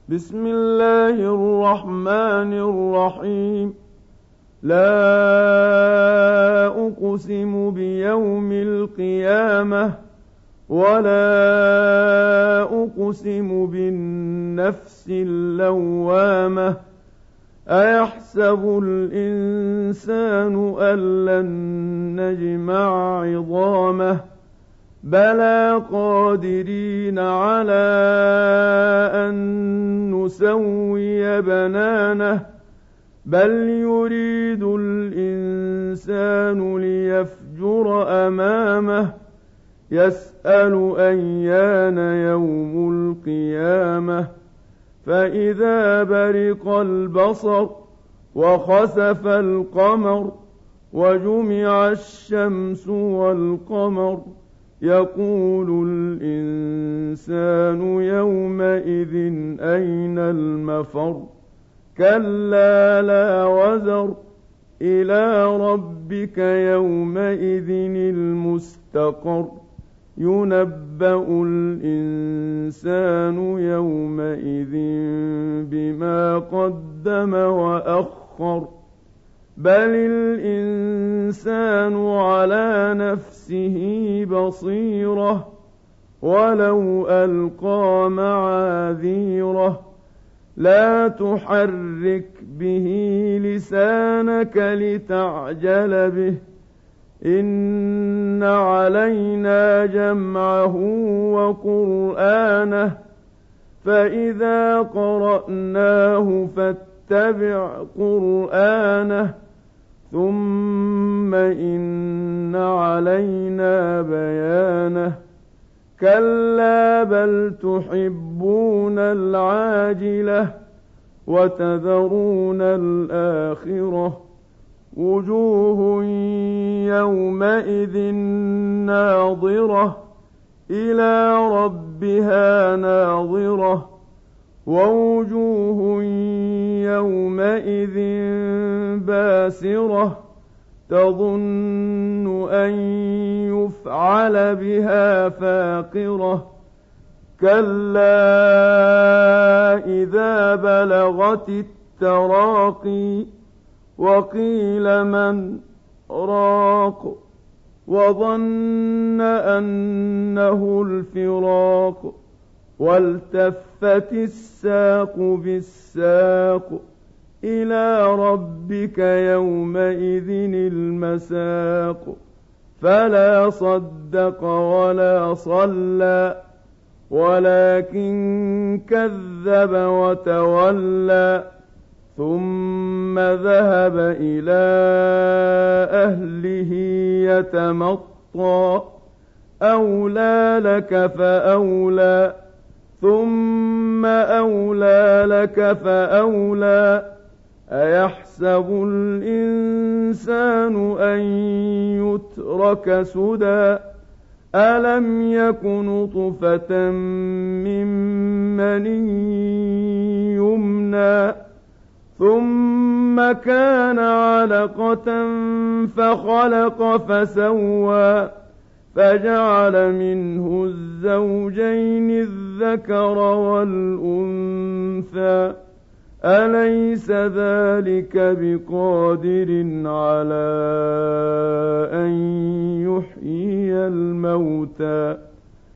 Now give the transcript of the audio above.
بسم الله الرحمن الرحيم. لا أقسم بيوم القيامة ولا أقسم بالنفس اللوامة أيحسب الإنسان أن لن نجمع عظامه بلى قادرين على أن نسوي بنانه بل يريد الإنسان ليفجر أمامه يسأل أيان يوم القيامة فإذا برق البصر وخسف القمر وجمع الشمس والقمر يقول الإنسان يومئذ أين المفر كلا لا وزر إلى ربك يومئذ المستقر ينبأ الإنسان يومئذ بما قدم وأخر بل الإنسان على نفسه بصيرة ولو ألقى معاذيره لا تحرك به لسانك لتعجل به إن علينا جمعه وقرآنه فإذا قرأناه فاتبع قرآنه ثم إن علينا بيانه كلا بل تحبون العاجلة وتذرون الآخرة وجوه يومئذ ناظرة إلى ربها ناظرة ووجوه يومئذ باسرة تظن أن يفعل بها فاقرة كلا إذا بلغت التراقي وقيل من راق وظن أنه الفراق والتفت الساق بالساق إلى ربك يومئذ المساق فلا صدق ولا صلى ولكن كذب وتولى ثم ذهب إلى أهله يتمطى أولى لك فأولى ثم أولى لك فأولى أيحسب الإنسان أن يترك سدى ألم يك نطفة من مني يمنى ثم كان علقة فخلق فسوى فجعل منه الزوجين الذكر والأنثى أليس ذلك بقادر على أن يحيي الموتى